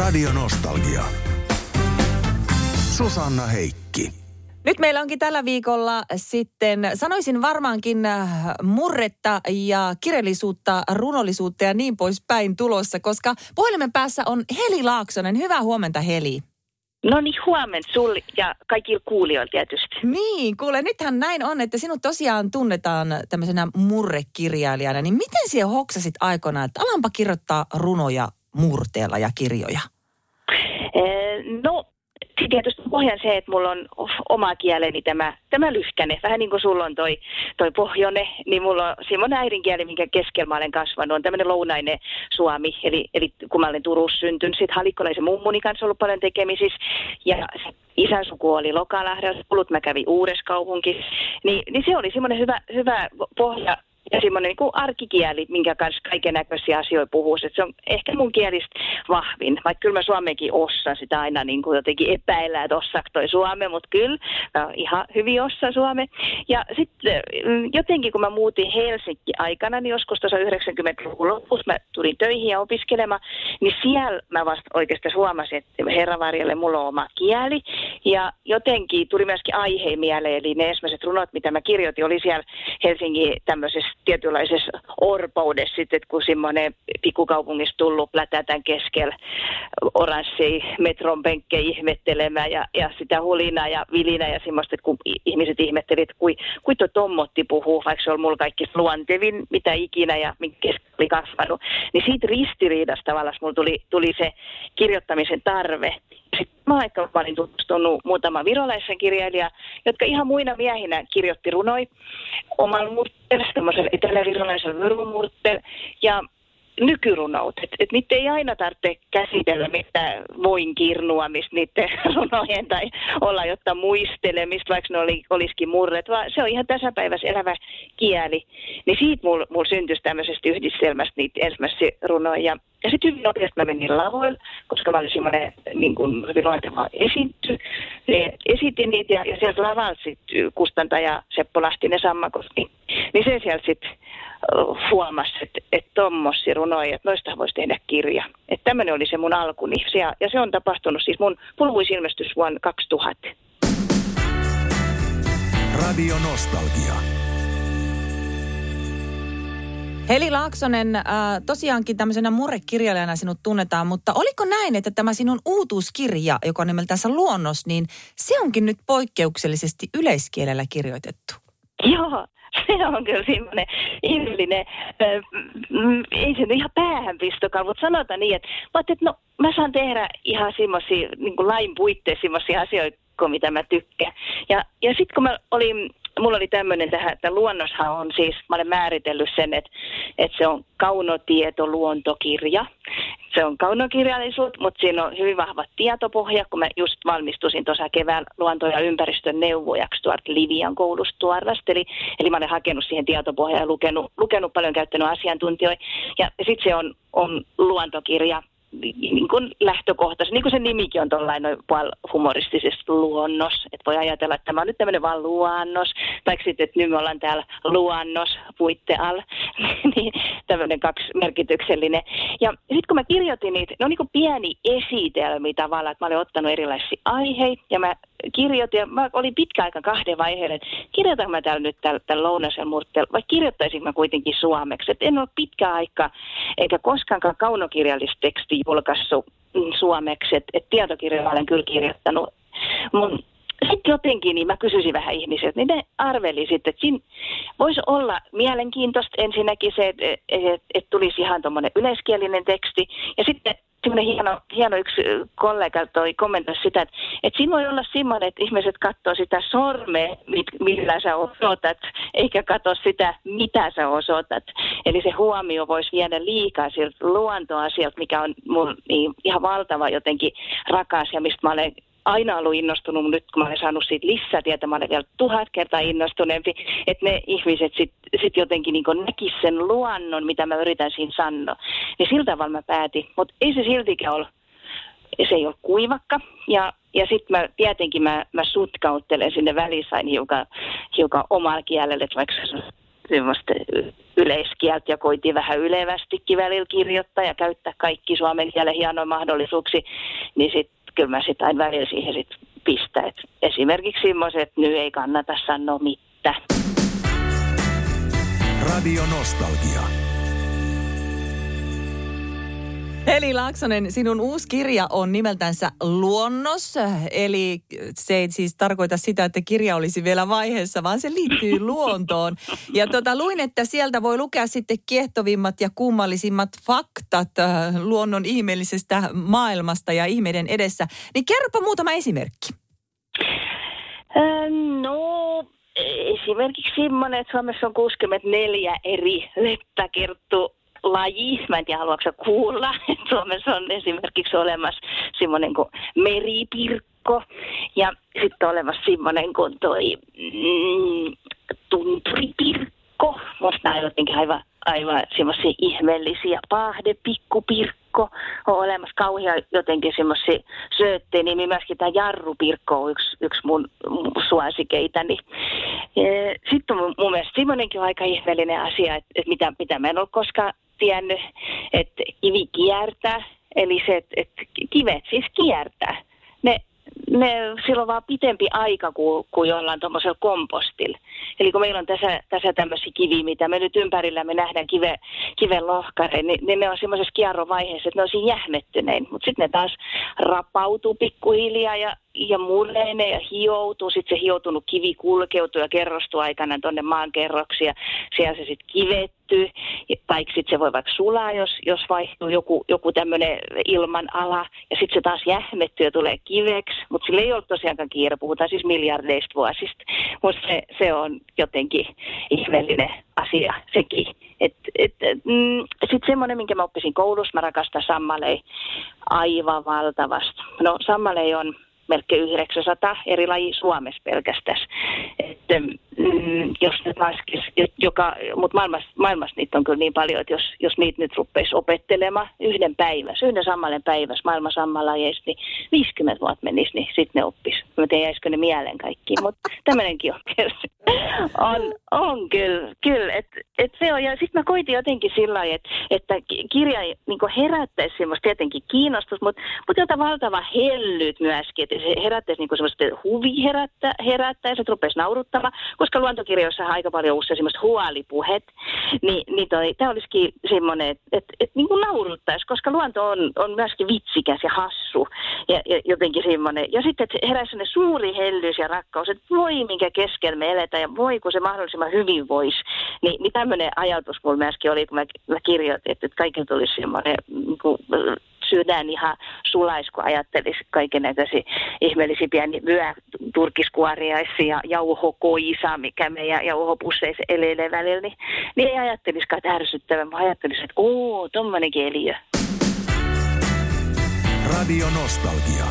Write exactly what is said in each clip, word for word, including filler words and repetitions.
Radio Nostalgia. Susanna Heikki. Nyt meillä onkin tällä viikolla sitten, sanoisin varmaankin murretta ja kirjallisuutta, runollisuutta ja niin poispäin tulossa, koska puhelimen päässä on Heli Laaksonen. Hyvää huomenta, Heli. No niin, huomenta sulle ja kaikille kuulijoille tietysti. Niin, kuule, nythän näin on, että sinut tosiaan tunnetaan tämmöisenä murrekirjailijana. Niin miten siellä hoksasit aikoinaan, että alanpa kirjoittaa runoja murteella ja kirjoja? No, tietysti pohjan se, että mulla on oma kieleni tämä, tämä lyhkäne. Vähän niin kuin sulla on toi, toi pohjone, niin mulla on semmoinen äidinkieli, minkä keskellä mä olen kasvanut. On tämmöinen lounainen suomi, eli, eli kun mä olen Turussa syntynyt. Sitten halikkolaisen mummuni kanssa ollut paljon tekemisissä. Ja isän suku oli Lokalahdella, kulut mä kävin Uudessakaupungissa. Ni, niin se oli semmoinen hyvä, hyvä pohja. Ja semmoinen niin kuin arkikieli, minkä kanssa kaiken näköisiä asioita puhuu. Se on ehkä mun kielistä vahvin. Vaikka kyllä mä suomenkin osaan sitä aina niin kuin jotenkin epäillä, että osaako toi suome, mutta kyllä mä ihan hyvin osaan suome. Ja sitten jotenkin kun mä muutin Helsinki aikana, niin joskus tuossa yhdeksänkymmentäluvun lopussa mä tulin töihin ja opiskelemaan, niin siellä mä vasta oikeastaan huomasin, että herravarjelle mulla on oma kieli. Ja jotenkin tuli myöskin aiheen mieleen, eli ne ensimmäiset runot, mitä mä kirjoitin, oli siellä Helsingin tämmöisessä tietynlaisessa orpoudessa sitten, kun semmoinen pikkukaupungissa tullut plätätän keskellä oranssia metron penkkejä ihmettelemään ja, ja sitä hulinaa ja vilinää ja semmoista, että kun ihmiset ihmettelivät, että kui, kui tuo tommotti puhuu, vaikka se on mulla kaikki luontevin, mitä ikinä ja minkä keskellä oli kasvanut, niin siitä ristiriidasta tavallaan mulla tuli, tuli se kirjoittamisen tarve. Sitten mä aika olin tutustunut muutama virolaisen kirjailija, jotka ihan muina miehinä kirjoitti runoi omalla murteella, semmoisella etelävirolaisella vyrumurteella ja nykyrunout. Että et niitä ei aina tarvitse käsitellä mitään voin kirnuamista niiden runojen tai olla jotta muistelemista, vaikka ne oli, olisikin murret, vaan se on ihan tasapäivässä elävä kieli. Niin siitä mulla mul syntyisi tämmöisestä yhdistelmästä niitä ensimmäisiä runoja. Ja sitten hyvin nopeasti mä menin lavoille, koska mä olin semmoinen niin kuin hyvin luonteva esitty. Esitin niitä ja, ja sieltä lavalta sitten kustantaja Seppo Lahtinen Sammakoski. Niin se sieltä sitten huomasi, että et tommosia runoja, että noista voisi tehdä kirja. Että tämmöinen oli se mun alkuni. Ja, ja se on tapahtunut siis mun pulvuisilmestys vuonna kaksituhatta. Radio Nostalgia. Heli Laaksonen, äh, tosiaankin tämmöisenä murrekirjailijana sinut tunnetaan, mutta oliko näin, että tämä sinun uutuuskirja, joka on nimeltänsä Luonnos, niin se onkin nyt poikkeuksellisesti yleiskielellä kirjoitettu? Joo, se on kyllä semmoinen ihmeellinen, äh, ei se nyt ihan päähänpistokaan, mutta sanotaan niin, että, että no, mä saan tehdä ihan semmoisia niin kuin lain puitteissa semmoisia asioita, mitä mä tykkään. Ja, ja sitten kun mä olin... Mulla oli tämmöinen tähän, että luonnoshan on siis, mä olen määritellyt sen, että, että se on kaunotieto luontokirja. Se on kaunokirjallisuus, mutta siinä on hyvin vahva tietopohja, kun mä just valmistusin tuossa kevään luonto- ja ympäristön neuvojaksi tuolta Livian koulusta Tuorlasta. Eli, eli mä olen hakenut siihen tietopohjaan ja lukenut, lukenut paljon, käyttänyt asiantuntijoita. Ja sitten se on, on luontokirja. Niin kuin lähtökohtaisesti, niin kuin se nimikin on tuollainen humoristisessa luonnos, että voi ajatella, että tämä on nyt tämmöinen vaan luonnos, tai sitten, että nyt me ollaan täällä luonnos puitte alla, niin tämmöinen kaksimerkityksellinen. Ja sitten kun mä kirjoitin niitä, ne on niin kuin pieni esitelmi tavallaan, että mä olin ottanut erilaisia aiheita, ja mä kirjoitin, ja mä olin pitkä aika kahden vaiheen, että kirjoitanko mä täällä nyt täällä, täällä Lounasen murteella, vai kirjoittaisinko mä kuitenkin suomeksi, että en ole pitkä aika, eikä koskaankaan kaunokirjallista tekstiä julkaissut suomeksi, että et tietokirjaa olen kyllä kirjoittanut. Sitten jotenkin niin mä kysyisin vähän ihmisiltä, niin ne arveli sitten, että siinä voisi olla mielenkiintoista ensinnäkin se, että et, et tulisi ihan tuommoinen yleiskielinen teksti, ja sitten semmoinen hieno, hieno yksi kollega toi kommentoi sitä, että, että siinä voi olla semmoinen, että ihmiset katsoo sitä sormea, millä sä osoitat, eikä katso sitä, mitä sä osoitat. Eli se huomio voisi viedä liikaa sieltä luontoasialta, mikä on mun niin ihan valtava jotenkin rakas ja mistä mä olen aina ollut innostunut, mutta nyt kun mä olen saanut siitä lisätietä, mä olen vielä tuhat kertaa innostuneempi, että ne ihmiset sitten sit jotenkin niin näkisivät sen luonnon, mitä mä yritän siinä sanoa. Niin sillä tavalla mä päätin, mutta ei se siltikään ole, se ei ole kuivakka. Ja, ja sitten mä tietenkin mä, mä sutkauttelen sinne välissä hiukan, hiukan omalla kielellä, että vaikka semmoista yleiskieltä ja koitin vähän ylevästikin välillä kirjoittaa ja käyttää kaikki suomen kielen hienoja mahdollisuuksia, niin sitten kyllä mä sitten aina välillä siihen sit pistän. Et esimerkiksi semmoiset, että nyt ei kannata sanoa mitään. Radio Nostalgia. Heli Laaksonen, sinun uusi kirja on nimeltänsä Luonnos, eli se ei siis tarkoita sitä, että kirja olisi vielä vaiheessa, vaan se liittyy luontoon. Ja tota, luin, että sieltä voi lukea sitten kiehtovimmat ja kummallisimmat faktat äh, luonnon ihmeellisestä maailmasta ja ihmeiden edessä. Niin kerropa muutama esimerkki. Äh, no... Esimerkiksi semmoinen, että Suomessa on kuusikymmentäneljä eri leppäkerttulaji. Mä en tiedä, haluatko kuulla. Suomessa on esimerkiksi olemassa semmoinen kuin meripirkko. Ja sitten on olemassa semmoinen kuin toi mm, tunturipirkko. Musta nämä on jotenkin aivan, aivan semmoisia ihmeellisiä. Pahde, pikkupirkko. On olemassa kauhean jotenkin semmoisia sööttejä, niin myöskin tämä jarrupirkko on yksi, yksi mun, mun suosikeitani. Sitten on mun mielestä semmoinenkin aika ihmeellinen asia, että, että mitä, mitä mä en ole koskaan tiennyt, että kivi kiertää. Eli se, että, että kivet siis kiertää. Ne, ne, sillä on vaan pitempi aika kuin, kuin jollain tuommoisella kompostilla. Eli kun meillä on tässä, tässä tämmöisiä kiviä, mitä me nyt ympärillä me nähdään kive, kiven lohkareen, niin, niin ne on semmoisessa kierrovaiheessa, että ne on siinä jähmettynein. Mutta sitten ne taas rapautuu pikkuhiljaa ja, ja murreenee ja hioutuu. Sitten se hioutunut kivi kulkeutuu ja kerrostuu aikana tuonne maankerroksiin ja siellä se sitten kivettyy. Tai sitten se voi vaikka sulaa, jos, jos vaihtuu joku, joku tämmöinen ilmanala ja sitten se taas jähmettyy ja tulee kiveksi. Mutta sillä ei ole tosiaankaan kiire, puhutaan siis miljardeista vuosista. Mutta se, se on jotenkin ihmeellinen asia sekin. Et, et, mm, sitten semmoinen, minkä mä oppisin koulussa, mä rakastan sammaleja aivan valtavasti. No sammalei on melkein yhdeksänsataa eri lajia Suomessa pelkästään. Että mm, jos nyt laskisi, joka, mutta maailmassa, maailmassa niitä on kyllä niin paljon, että jos, jos niitä nyt rupeisi opettelemaan yhden päivässä, yhden sammalen päivässä maailman sammalajeista, niin viisikymmentä vuotta menisi, niin sitten ne oppisi. Mä tiedän, jäisikö ne mieleen kaikkiin, mutta tämmöinenkin on tietysti. On, on kyllä, kyllä. Että et se on, ja sitten mä koitin jotenkin sillä lailla, että, että kirja niin herättäisi semmoista tietenkin kiinnostusta, mutta, mutta jota valtava hellyt myöskin, että se herättäisi niin semmoista huvi herättä, herättää ja se rupesi nauruttamaan, koska luontokirjoissa on aika paljon usein semmoista huolipuhet, niin, niin tämä olisikin semmoinen, että et, et, niin kuin nauruttaisi, koska luonto on, on myöskin vitsikäs ja hassu ja, ja jotenkin semmoinen. Ja sitten, että heräisi semmoinen suuri hellyys ja rakkaus, että voi minkä keskellä me eletään ja voi kun se mahdollisimman hyvin voisi. Ni, niin tämmöinen ajatus mulla myöskin oli, kun mä, mä kirjoitin, että, että kaikilla tulisi semmoinen niin kuin, sydän ihan sulais, kun ajattelisi kaikennäköisiä ihmeellisiä pieniä vyöturkiskuoriaisia ja jauhokoisa, mikä meidän jauhopusseissa elelee välillä, niin, niin ei ajattelisikaan, että ärsyttävän. Mä ajattelisin, että ooo, tommonenkin eliö. Radio Nostalgia.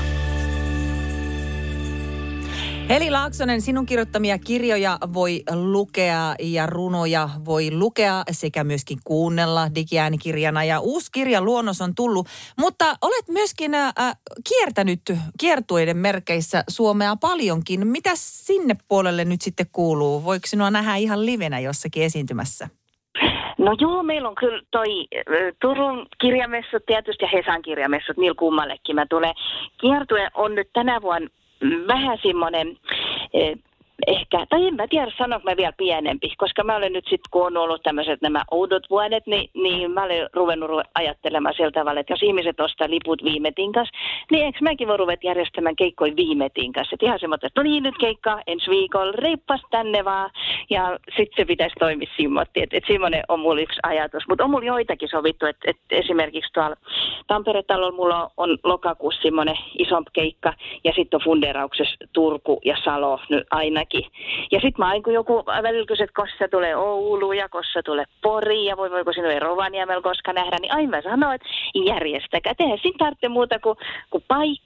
Heli Laaksonen, sinun kirjoittamia kirjoja voi lukea ja runoja voi lukea sekä myöskin kuunnella digiäänikirjana. Ja uusi kirja Luonnos on tullut, mutta olet myöskin äh, kiertänyt kiertueiden merkeissä Suomea paljonkin. Mitä sinne puolelle nyt sitten kuuluu? Voiko sinua nähdä ihan livenä jossakin esiintymässä? No joo, meillä on kyllä toi Turun kirjamessut tietysti ja Hesan kirjamessut, niillä kummallekin mä tulen. Kiertue on nyt tänä vuonna vähän semmoinen, eh, ehkä, tai en mä tiedä, sanonko mä vielä pienempi, koska mä olen nyt sitten, kun on ollut tämmöiset nämä oudot vuodet, niin, niin mä olen ruvennut ajattelemaan sillä tavalla, että jos ihmiset ostaa liput Viimetin kanssa, niin eikö mäkin voi ruveta järjestämään keikkoja Viimetin kanssa. Että ihan semmoinen, että no niin, nyt keikka ensi viikolla, reippas tänne vaan, ja sitten se pitäisi toimia semmoinen, että, että semmoinen on mulla yksi ajatus. Mutta on mulla joitakin sovittu, että, että esimerkiksi tuolla Tampere-talolla mulla on lokakuussa semmoinen isompi keikka, ja sitten on funderauksessa Turku ja Salo nyt ainakin. Ja sitten mä aina kun joku välillä kysy, että koska tulee Oulu ja koska tulee Pori ja voi, voiko sinua Rovaniemellä koska nähdä, niin aina mä sanon, että järjestäkää. Tehdään siinä tarvitse muuta kuin, kuin paikka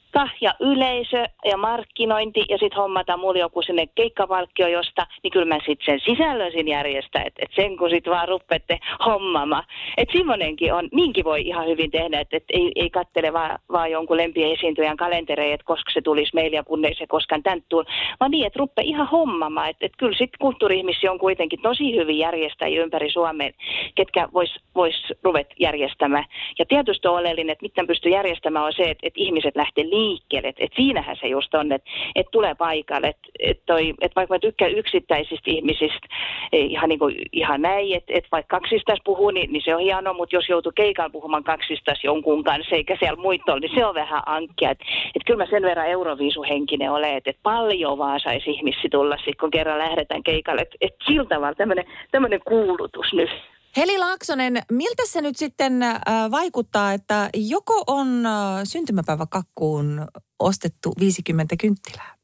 paikka ja yleisö ja markkinointi ja sitten hommata mulle joku sinne keikkavalkkio josta, niin kyllä mä sitten sen sisällön siinä järjestän, että et sen kun sitten vaan ruppeatte hommaamaan. Että semmoinenkin on, niinkin voi ihan hyvin tehdä, että et ei, ei kattele vaan, vaan jonkun lempiesiintyjän kalentereja, että koska se tulisi meille ja kun ei se koskaan tän tulla, vaan niin, että ruppe ihan hommaamaan. Että et kyllä sitten kulttuuri-ihmisiä on kuitenkin tosi hyvin järjestäjiä ympäri Suomeen, ketkä vois, vois ruveta järjestämään. Ja tietysti on oleellinen, että mitä pystyy järjestämään on se, että, että ihmiset lähtee liikkeelle. Että, että siinähän se just on, että, että tulee paikalle. Että, että, toi, että vaikka mä tykkään yksittäisistä ihmisistä ihan, niin kuin, ihan näin, että, että vaikka kaksistaan puhuu, niin, niin se on hienoa, mutta jos joutuu keikalla puhumaan kaksistaan jonkun kanssa eikä siellä muita ole, niin se on vähän ankkia. Että, että kyllä mä sen verran euroviisuhenkinen olen, että, että paljon vaan saisi ihmisiä tulla sit, kun kerran lähdetään keikalle. Että, että sillä tavalla tämmöinen kuulutus nyt. Heli Laaksonen, miltä se nyt sitten äh, vaikuttaa, että joko on äh, syntymäpäiväkakkuun ostettu viisikymmentä kynttilää?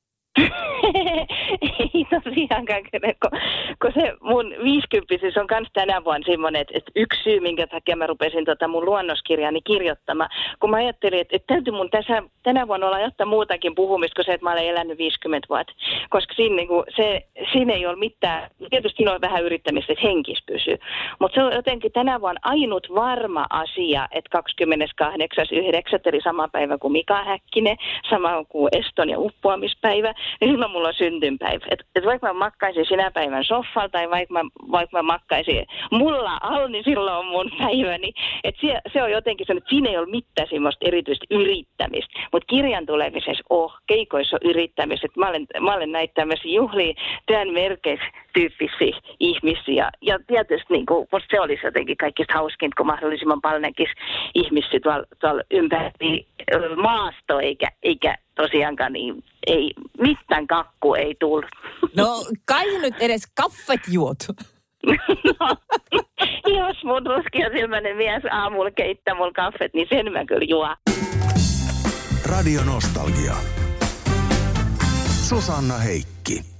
Ei tosiaankaan, kun, kun se mun viisikymppisyys on kans tänä vuonna semmoinen, että, että yksi syy, minkä takia mä rupesin tota mun luonnoskirjaani kirjoittamaan, kun mä ajattelin, että, että täytyy mun tässä, tänä vuonna olla jotta muutakin puhumista kuin se, että mä olen elänyt viisikymmentä vuotta, koska siinä, niin kuin, se, siinä ei ole mitään, tietysti siinä on vähän yrittämistä, että henkis pysyy, mutta se on jotenkin tänä vuonna ainut varma asia, että kahdeskymmeneskahdeksas yhdeksättä eli sama päivä kuin Mika Häkkinen, sama kuin Eston ja uppoamispäivä, niin silloin mulla on syntymäpäivä. Että et vaikka mä makkaisin sinä päivän soffalla tai vaikka mä, vaikka mä makkaisin mulla alla, niin silloin on mun päiväni. Että se, se on jotenkin sellainen, että siinä ei ole mitään semmoista erityistä yrittämistä. Mutta kirjan tulemisessa oh, keikoissa on yrittämistä. Mä olen, mä olen näitä tämmöisiä juhlia työn merkeissä tyyppisiä ihmisiä. Ja tietysti niin kuin, se olisi jotenkin kaikista hauskinta, kun mahdollisimman paljon näkisi ihmisiä tuolla, tuolla ympäri maasto, eikä, eikä tosiaankaan niin, ei, mitään kakku ei tullut. No kai nyt edes kaffet juot. No, jos mun ruskeasilmäinen mies aamulla keittää mulla kaffet, niin sen mä kyllä juon. Radio Nostalgia. Susanna Heikki.